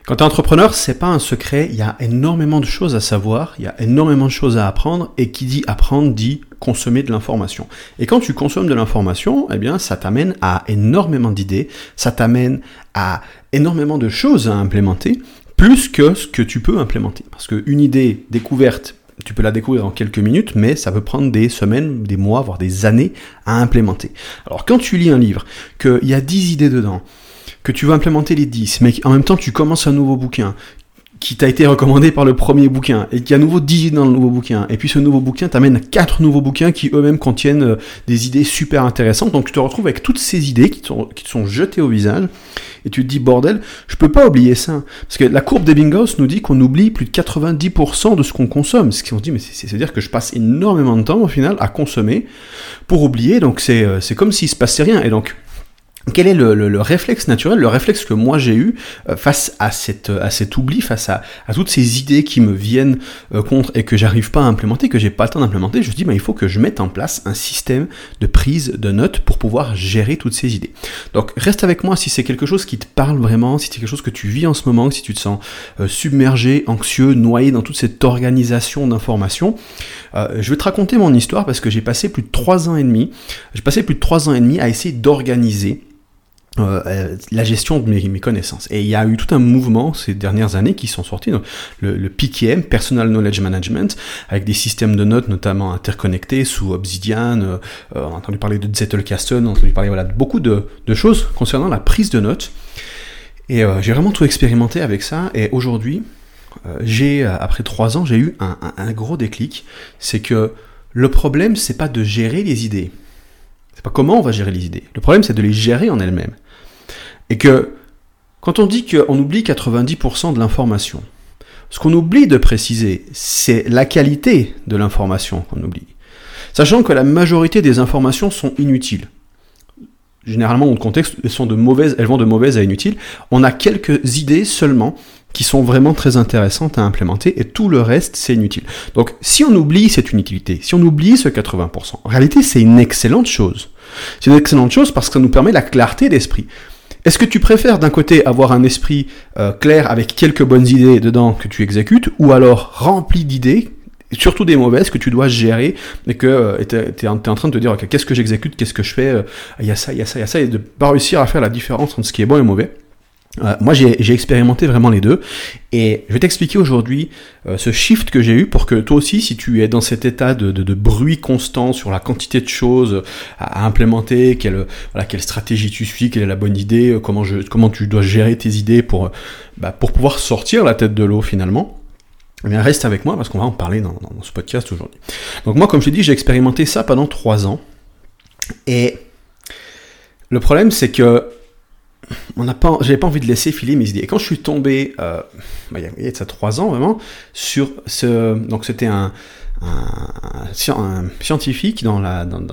Quand tu es entrepreneur, c'est pas un secret, il y a énormément de choses à savoir, il y a énormément de choses à apprendre, et qui dit apprendre dit consommer de l'information. Et quand tu consommes de l'information, eh bien, ça t'amène à énormément d'idées, ça t'amène à énormément de choses à implémenter, plus que ce que tu peux implémenter. Parce qu'une idée découverte, tu peux la découvrir en quelques minutes, mais ça peut prendre des semaines, des mois, voire des années à implémenter. Alors quand tu lis un livre, qu'il y a 10 idées dedans, que tu vas implémenter les 10, mais en même temps tu commences un nouveau bouquin, qui t'a été recommandé par le premier bouquin, et qu'il y a à nouveau 10 idées dans le nouveau bouquin, et puis ce nouveau bouquin t'amène à 4 nouveaux bouquins qui eux-mêmes contiennent des idées super intéressantes, donc tu te retrouves avec toutes ces idées qui te sont jetées au visage, et tu te dis, bordel, je peux pas oublier ça, parce que la courbe d'Ebbinghaus nous dit qu'on oublie plus de 90% de ce qu'on consomme, ce qui on se dit, mais c'est-à-dire que je passe énormément de temps au final à consommer pour oublier, donc c'est comme s'il se passait rien, et donc quel est le réflexe naturel, le réflexe que moi j'ai eu face à cet oubli, face à toutes ces idées qui me viennent contre et que j'arrive pas à implémenter, que j'ai pas le temps d'implémenter, je me dis il faut que je mette en place un système de prise de notes pour pouvoir gérer toutes ces idées. Donc reste avec moi si c'est quelque chose qui te parle vraiment, si c'est quelque chose que tu vis en ce moment, si tu te sens submergé, anxieux, noyé dans toute cette organisation d'informations. Je vais te raconter mon histoire parce que j'ai passé plus de 3 ans et demi à essayer d'organiser la gestion de mes connaissances. Et il y a eu tout un mouvement ces dernières années qui sont sortis, le PKM, Personal Knowledge Management, avec des systèmes de notes notamment interconnectés sous Obsidian, on a entendu parler de Zettelkasten, on a entendu parler de beaucoup de choses concernant la prise de notes. Et j'ai vraiment tout expérimenté avec ça, et aujourd'hui, après 3 ans, j'ai eu un gros déclic, c'est que le problème, c'est pas de gérer les idées. C'est pas comment on va gérer les idées. Le problème, c'est de les gérer en elles-mêmes. Et que, quand on dit qu'on oublie 90% de l'information, ce qu'on oublie de préciser, c'est la qualité de l'information qu'on oublie. Sachant que la majorité des informations sont inutiles. Généralement, dans le contexte, elles vont de mauvaises à inutiles. On a quelques idées seulement qui sont vraiment très intéressantes à implémenter, et tout le reste, c'est inutile. Donc, si on oublie cette inutilité, si on oublie ce 80%, en réalité, c'est une excellente chose. C'est une excellente chose parce que ça nous permet la clarté d'esprit. Est-ce que tu préfères d'un côté avoir un esprit clair avec quelques bonnes idées dedans que tu exécutes, ou alors rempli d'idées, surtout des mauvaises, que tu dois gérer, et que tu es en train de te dire, okay, qu'est-ce que j'exécute, qu'est-ce que je fais, il y a ça, et de pas réussir à faire la différence entre ce qui est bon et mauvais. Moi, j'ai expérimenté vraiment les deux, et je vais t'expliquer aujourd'hui ce shift que j'ai eu pour que toi aussi, si tu es dans cet état de bruit constant sur la quantité de choses à implémenter, quelle stratégie tu suis, quelle est la bonne idée, comment tu dois gérer tes idées pour pouvoir sortir la tête de l'eau finalement, eh bien reste avec moi parce qu'on va en parler dans ce podcast aujourd'hui. Donc moi, comme je t'ai dit, j'ai expérimenté ça pendant 3 ans, et le problème c'est que j'avais pas envie de laisser filer mes idées. Et quand je suis tombé, il y a de ça 3 ans vraiment, sur donc c'était un scientifique dans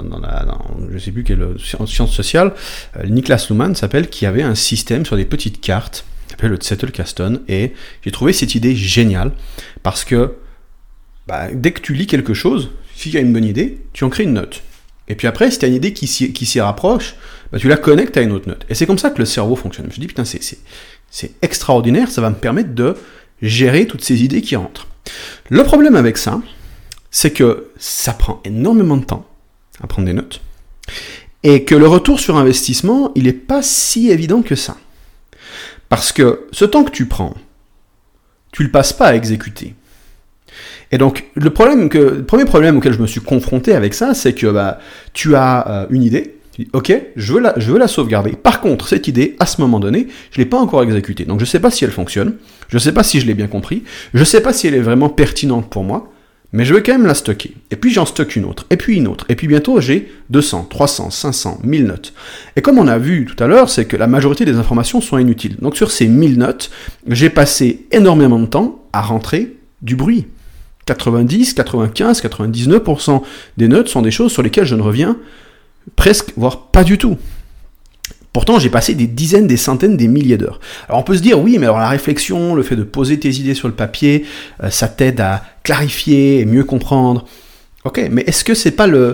je sais plus quelle science sociale, Niklas Luhmann s'appelle, qui avait un système sur des petites cartes, qui s'appelle le Zettelkasten, et j'ai trouvé cette idée géniale, parce que dès que tu lis quelque chose, s'il y a une bonne idée, tu en crées une note. Et puis après, si tu as une idée qui s'y rapproche, tu la connectes à une autre note. Et c'est comme ça que le cerveau fonctionne. Je me suis dit, putain, c'est extraordinaire, ça va me permettre de gérer toutes ces idées qui rentrent. Le problème avec ça, c'est que ça prend énormément de temps à prendre des notes, et que le retour sur investissement, il n'est pas si évident que ça. Parce que ce temps que tu prends, tu le passes pas à exécuter. Et donc, le premier problème auquel je me suis confronté avec ça, c'est que tu as une idée, tu dis, ok, je veux la sauvegarder. Par contre, cette idée, à ce moment donné, je ne l'ai pas encore exécutée. Donc, je ne sais pas si elle fonctionne, je ne sais pas si je l'ai bien compris, je ne sais pas si elle est vraiment pertinente pour moi, mais je vais quand même la stocker. Et puis, j'en stocke une autre, et puis une autre. Et puis, bientôt, j'ai 200, 300, 500, 1000 notes. Et comme on a vu tout à l'heure, c'est que la majorité des informations sont inutiles. Donc, sur ces 1000 notes, j'ai passé énormément de temps à rentrer du bruit. 90, 95, 99% des notes sont des choses sur lesquelles je ne reviens presque, voire pas du tout. Pourtant, j'ai passé des dizaines, des centaines, des milliers d'heures. Alors on peut se dire, oui, mais alors la réflexion, le fait de poser tes idées sur le papier, ça t'aide à clarifier et mieux comprendre. Ok, mais est-ce que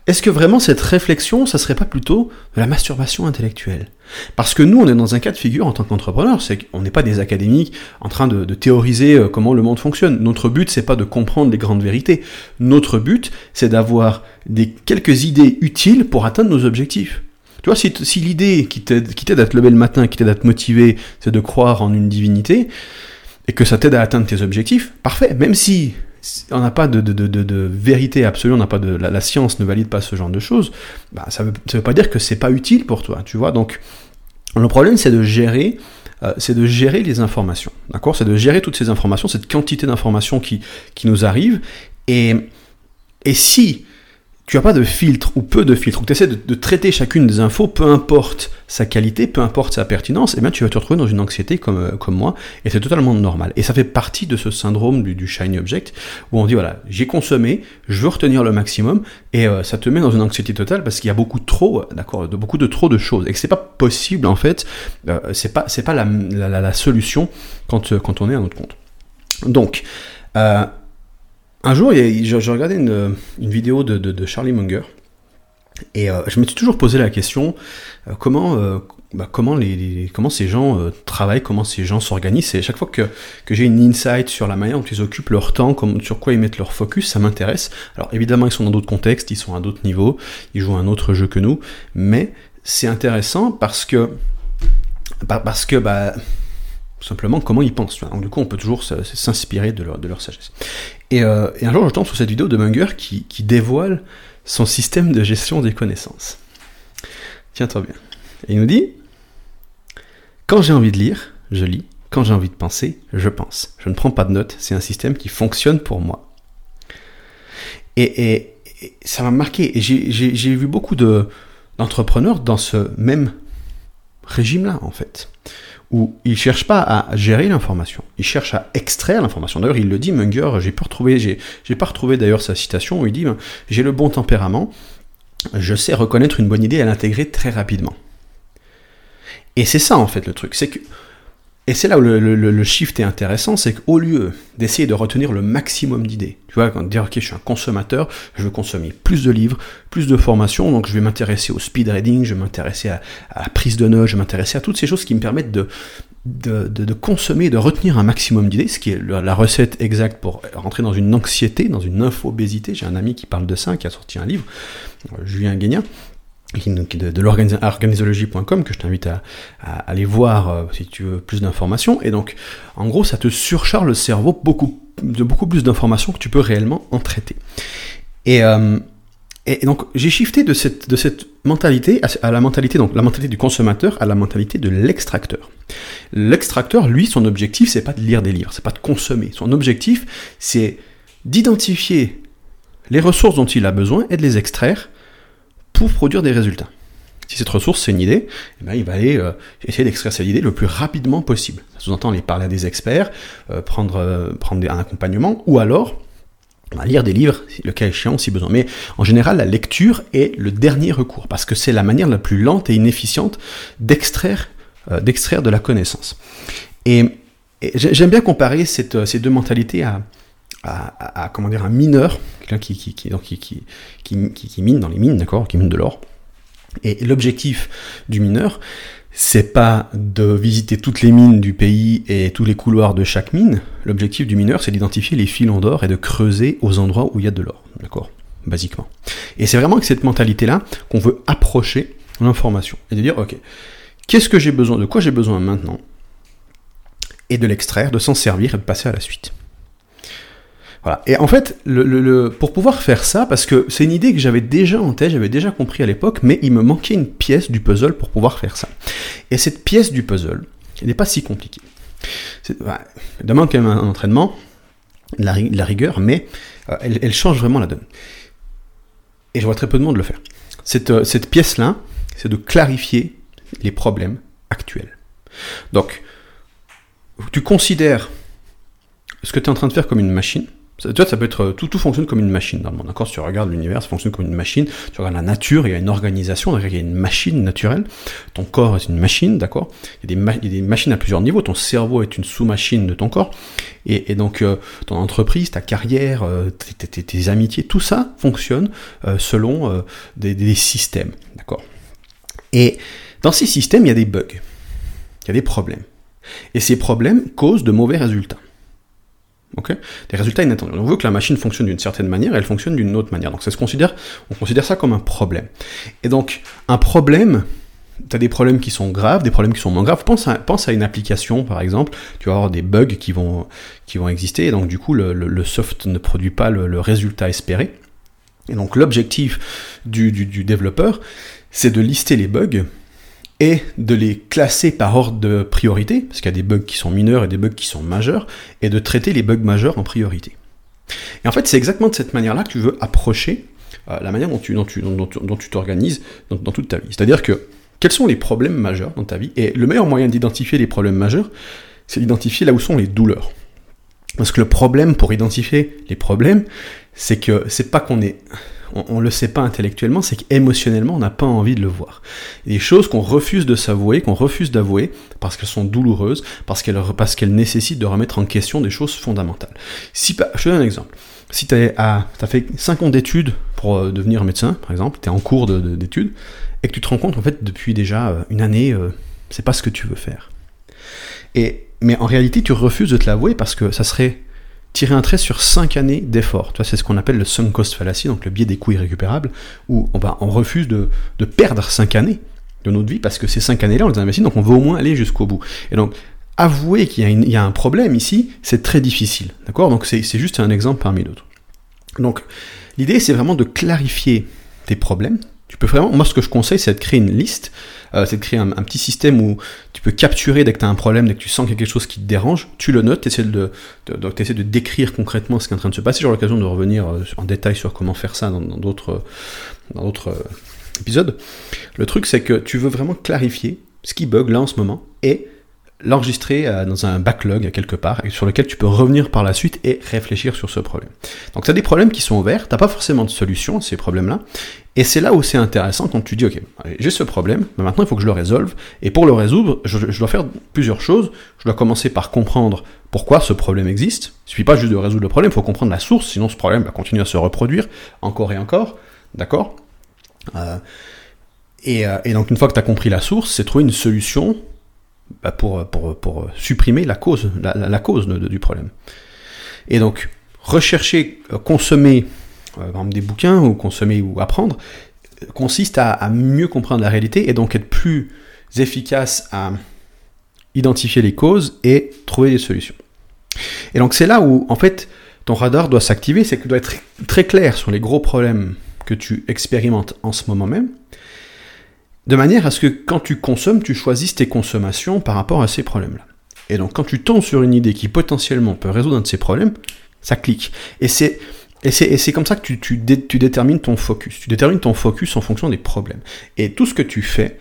est-ce que vraiment cette réflexion, ça serait pas plutôt de la masturbation intellectuelle? Parce que nous, on est dans un cas de figure en tant qu'entrepreneur, c'est qu'on n'est pas des académiques en train de théoriser comment le monde fonctionne. Notre but, c'est pas de comprendre les grandes vérités. Notre but, c'est d'avoir quelques idées utiles pour atteindre nos objectifs. Tu vois, si l'idée qui t'aide à te lever le matin, qui t'aide à te motiver, c'est de croire en une divinité, et que ça t'aide à atteindre tes objectifs, parfait. Même si on n'a pas de vérité absolue, on n'a pas la science ne valide pas ce genre de choses, bah, ça veut pas dire que c'est pas utile pour toi, tu vois. Donc, le problème, c'est de gérer les informations, d'accord? C'est de gérer toutes ces informations, cette quantité d'informations qui nous arrivent, et si tu n'as pas de filtre ou peu de filtre, ou que tu essaies de traiter chacune des infos, peu importe sa qualité, peu importe sa pertinence, eh bien tu vas te retrouver dans une anxiété comme moi, et c'est totalement normal. Et ça fait partie de ce syndrome du shiny object, où on dit voilà, j'ai consommé, je veux retenir le maximum, et ça te met dans une anxiété totale parce qu'il y a beaucoup trop de choses, et que c'est pas possible en fait, c'est pas la solution quand on est à notre compte. Donc, un jour, je regardais une vidéo de Charlie Munger, et je me suis toujours posé la question comment ces gens travaillent, comment ces gens s'organisent. Et chaque fois que j'ai une insight sur la manière dont ils occupent leur temps, sur quoi ils mettent leur focus, ça m'intéresse. Alors évidemment, ils sont dans d'autres contextes, ils sont à d'autres niveaux, ils jouent un autre jeu que nous, mais c'est intéressant parce que tout simplement comment ils pensent. Donc, du coup, on peut toujours s'inspirer de leur sagesse. Et un jour, je tombe sur cette vidéo de Munger qui dévoile son système de gestion des connaissances. Tiens-toi bien. Et il nous dit, quand j'ai envie de lire, je lis. Quand j'ai envie de penser, je pense. Je ne prends pas de notes, c'est un système qui fonctionne pour moi. Et ça m'a marqué. Et j'ai vu beaucoup d'entrepreneurs dans ce même régime-là, en fait, où ils ne cherchent pas à gérer l'information, ils cherchent à extraire l'information. D'ailleurs, il le dit, Munger, j'ai pas retrouvé d'ailleurs sa citation, où il dit « J'ai le bon tempérament, je sais reconnaître une bonne idée et l'intégrer très rapidement. » Et c'est ça, en fait, le truc. Et c'est là où le shift est intéressant, c'est qu'au lieu d'essayer de retenir le maximum d'idées, tu vois, quand dire, ok, je suis un consommateur, je veux consommer plus de livres, plus de formations, donc je vais m'intéresser au speed reading, je vais m'intéresser à la prise de notes, je vais m'intéresser à toutes ces choses qui me permettent de consommer, de retenir un maximum d'idées, ce qui est la recette exacte pour rentrer dans une anxiété, dans une infobésité. J'ai un ami qui parle de ça, qui a sorti un livre, Julien Guénia, de l'organisologie.com, que je t'invite à aller voir si tu veux plus d'informations. Et donc, en gros, ça te surcharge le cerveau de beaucoup plus d'informations que tu peux réellement en traiter. Et donc, j'ai shifté de cette mentalité à la mentalité, donc la mentalité du consommateur à la mentalité de l'extracteur. L'extracteur, lui, son objectif, c'est pas de lire des livres, c'est pas de consommer. Son objectif, c'est d'identifier les ressources dont il a besoin et de les extraire pour produire des résultats. Si cette ressource, c'est une idée, eh bien, il va aller essayer d'extraire cette idée le plus rapidement possible. Ça sous-entend aller parler à des experts, prendre un accompagnement, ou alors lire des livres, le cas échéant, si besoin. Mais en général, la lecture est le dernier recours, parce que c'est la manière la plus lente et inefficiente d'extraire de la connaissance. Et j'aime bien comparer ces deux mentalités à un mineur, quelqu'un qui mine dans les mines, d'accord, qui mine de l'or. Et l'objectif du mineur, c'est pas de visiter toutes les mines du pays et tous les couloirs de chaque mine. L'objectif du mineur, c'est d'identifier les filons d'or et de creuser aux endroits où il y a de l'or, d'accord, basiquement. Et c'est vraiment avec cette mentalité-là qu'on veut approcher l'information et de dire, ok, de quoi j'ai besoin maintenant, et de l'extraire, de s'en servir et de passer à la suite. Voilà. Et en fait, pour pouvoir faire ça, parce que c'est une idée que j'avais déjà en tête, j'avais déjà compris à l'époque, mais il me manquait une pièce du puzzle pour pouvoir faire ça. Et cette pièce du puzzle, elle n'est pas si compliquée. Elle demande quand même un entraînement, de la rigueur, mais elle change vraiment la donne. Et je vois très peu de monde le faire. Cette pièce-là, c'est de clarifier les problèmes actuels. Donc, tu considères ce que tu es en train de faire comme une machine, Tu vois, ça peut être tout fonctionne comme une machine dans le monde. D'accord, si tu regardes l'univers, ça fonctionne comme une machine. Tu regardes la nature, il y a une organisation, il y a une machine naturelle. Ton corps est une machine, d'accord. Il y a des machines à plusieurs niveaux. Ton cerveau est une sous-machine de ton corps. Et donc ton entreprise, ta carrière, tes amitiés, tout ça fonctionne selon des systèmes, d'accord. Et dans ces systèmes, il y a des bugs, il y a des problèmes. Et ces problèmes causent de mauvais résultats. Okay, des résultats inattendus. On veut que la machine fonctionne d'une certaine manière et elle fonctionne d'une autre manière. Donc on considère ça comme un problème. Et donc, un problème, tu as des problèmes qui sont graves, des problèmes qui sont moins graves. Pense à une application, par exemple, tu vas avoir des bugs qui vont exister, et donc du coup, le soft ne produit pas le résultat espéré. Et donc, l'objectif du développeur, c'est de lister les bugs et de les classer par ordre de priorité, parce qu'il y a des bugs qui sont mineurs et des bugs qui sont majeurs, et de traiter les bugs majeurs en priorité. Et en fait, c'est exactement de cette manière-là que tu veux approcher la manière dont tu t'organises dans toute ta vie. C'est-à-dire que, quels sont les problèmes majeurs dans ta vie? Et le meilleur moyen d'identifier les problèmes majeurs, c'est d'identifier là où sont les douleurs. Parce que le problème pour identifier les problèmes, c'est que c'est pas qu'on est... On le sait pas intellectuellement, c'est qu'émotionnellement, on n'a pas envie de le voir. Il y a des choses qu'on refuse de s'avouer, qu'on refuse d'avouer, parce qu'elles sont douloureuses, parce qu'elles nécessitent de remettre en question des choses fondamentales. Je te donne un exemple. Si tu as fait 5 ans d'études pour devenir médecin, par exemple, tu es en cours d'études, et que tu te rends compte, en fait, depuis déjà une année, c'est pas ce que tu veux faire. Mais en réalité, tu refuses de te l'avouer parce que ça serait tirer un trait sur 5 années d'efforts. Tu vois, c'est ce qu'on appelle le sunk cost fallacy, donc le biais des coûts irrécupérables, où on refuse de perdre 5 années de notre vie parce que ces 5 années-là, on les investit, donc on veut au moins aller jusqu'au bout. Et donc, avouer qu'il y a un problème ici, c'est très difficile. D'accord ? Donc, c'est juste un exemple parmi d'autres. Donc, l'idée, c'est vraiment de clarifier tes problèmes. Tu peux vraiment, moi, ce que je conseille, c'est de créer une liste, c'est de créer un petit système où tu peux capturer dès que tu as un problème, dès que tu sens qu'il y a quelque chose qui te dérange, tu le notes, tu essaies de décrire concrètement ce qui est en train de se passer. J'aurai l'occasion de revenir en détail sur comment faire ça dans d'autres épisodes. Le truc, c'est que tu veux vraiment clarifier ce qui bug là en ce moment et l'enregistrer dans un backlog quelque part et sur lequel tu peux revenir par la suite et réfléchir sur ce problème. Donc tu as des problèmes qui sont ouverts, tu n'as pas forcément de solution à ces problèmes-là, et c'est là où c'est intéressant quand tu dis ok, j'ai ce problème, mais maintenant il faut que je le résolve, et pour le résoudre, je dois faire plusieurs choses. Je dois commencer par comprendre pourquoi ce problème existe. Il ne suffit pas juste de résoudre le problème, il faut comprendre la source, sinon ce problème va continuer à se reproduire encore et encore, d'accord ? Et donc une fois que tu as compris la source, c'est trouver une solution pour supprimer la cause, la cause du problème. Et donc, rechercher, consommer par exemple des bouquins, ou consommer ou apprendre, consiste à mieux comprendre la réalité et donc être plus efficace à identifier les causes et trouver des solutions. Et donc, c'est là où, en fait, ton radar doit s'activer, c'est que tu dois être très clair sur les gros problèmes que tu expérimentes en ce moment même, de manière à ce que quand tu consommes, tu choisisses tes consommations par rapport à ces problèmes-là. Et donc, quand tu tombes sur une idée qui potentiellement peut résoudre un de ces problèmes, ça clique. Et c'est comme ça que tu détermines ton focus. Tu détermines ton focus en fonction des problèmes. Et tout ce que tu fais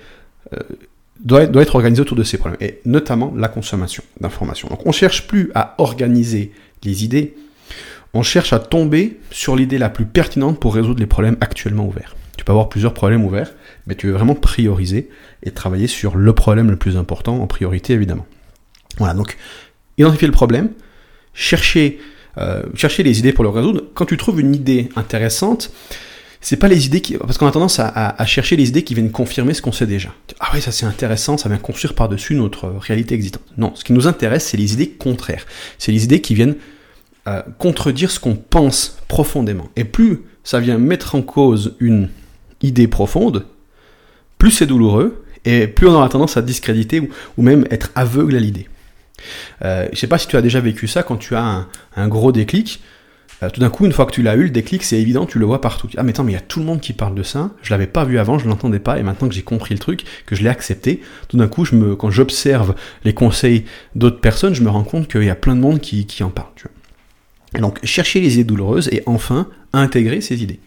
doit être organisé autour de ces problèmes, et notamment la consommation d'informations. Donc, on ne cherche plus à organiser les idées, on cherche à tomber sur l'idée la plus pertinente pour résoudre les problèmes actuellement ouverts. Tu peux avoir plusieurs problèmes ouverts, mais tu veux vraiment prioriser et travailler sur le problème le plus important en priorité, évidemment. Voilà, donc identifier le problème, chercher les idées pour le résoudre. Quand tu trouves une idée intéressante, c'est pas les idées parce qu'on a tendance à chercher les idées qui viennent confirmer ce qu'on sait déjà. Ah oui, ça c'est intéressant, ça vient construire par-dessus notre réalité existante. Non, ce qui nous intéresse, c'est les idées contraires. C'est les idées qui viennent contredire ce qu'on pense profondément. Et plus ça vient mettre en cause une idée profonde, plus c'est douloureux, et plus on aura tendance à discréditer ou même être aveugle à l'idée. Je sais pas si tu as déjà vécu ça quand tu as un gros déclic. Tout d'un coup, une fois que tu l'as eu, le déclic, c'est évident, tu le vois partout. Ah mais attends, mais il y a tout le monde qui parle de ça, je l'avais pas vu avant, je l'entendais pas, et maintenant que j'ai compris le truc, que je l'ai accepté, tout d'un coup, quand j'observe les conseils d'autres personnes, je me rends compte qu'il y a plein de monde qui en parle. Tu vois. Et donc, chercher les idées douloureuses et enfin, intégrer ces idées.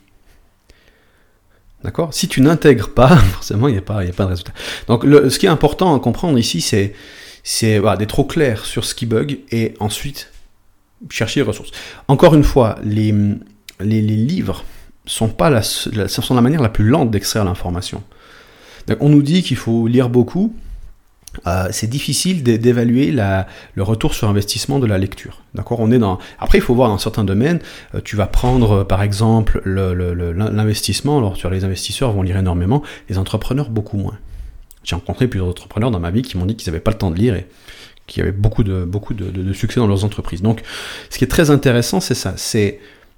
D'accord ? Si tu n'intègres pas, forcément, il n'y a pas de résultat. Donc, ce qui est important à comprendre ici, c'est d'être au clair sur ce qui bug et ensuite chercher les ressources. Encore une fois, les livres sont la manière la plus lente d'extraire l'information. Donc, on nous dit qu'il faut lire beaucoup. C'est difficile d'évaluer le retour sur investissement de la lecture. D'accord, Après, il faut voir dans certains domaines. Tu vas prendre, par exemple, l'investissement. Alors, les investisseurs vont lire énormément, les entrepreneurs beaucoup moins. J'ai rencontré plusieurs entrepreneurs dans ma vie qui m'ont dit qu'ils n'avaient pas le temps de lire et qui avaient beaucoup de succès dans leurs entreprises. Donc, ce qui est très intéressant, c'est ça. C'est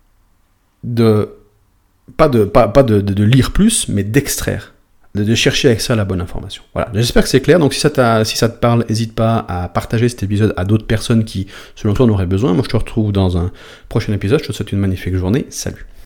pas de lire plus, mais d'extraire. De chercher à extraire la bonne information. Voilà, j'espère que c'est clair. Donc si ça te parle, n'hésite pas à partager cet épisode à d'autres personnes qui, selon toi, en auraient besoin. Moi, je te retrouve dans un prochain épisode. Je te souhaite une magnifique journée. Salut.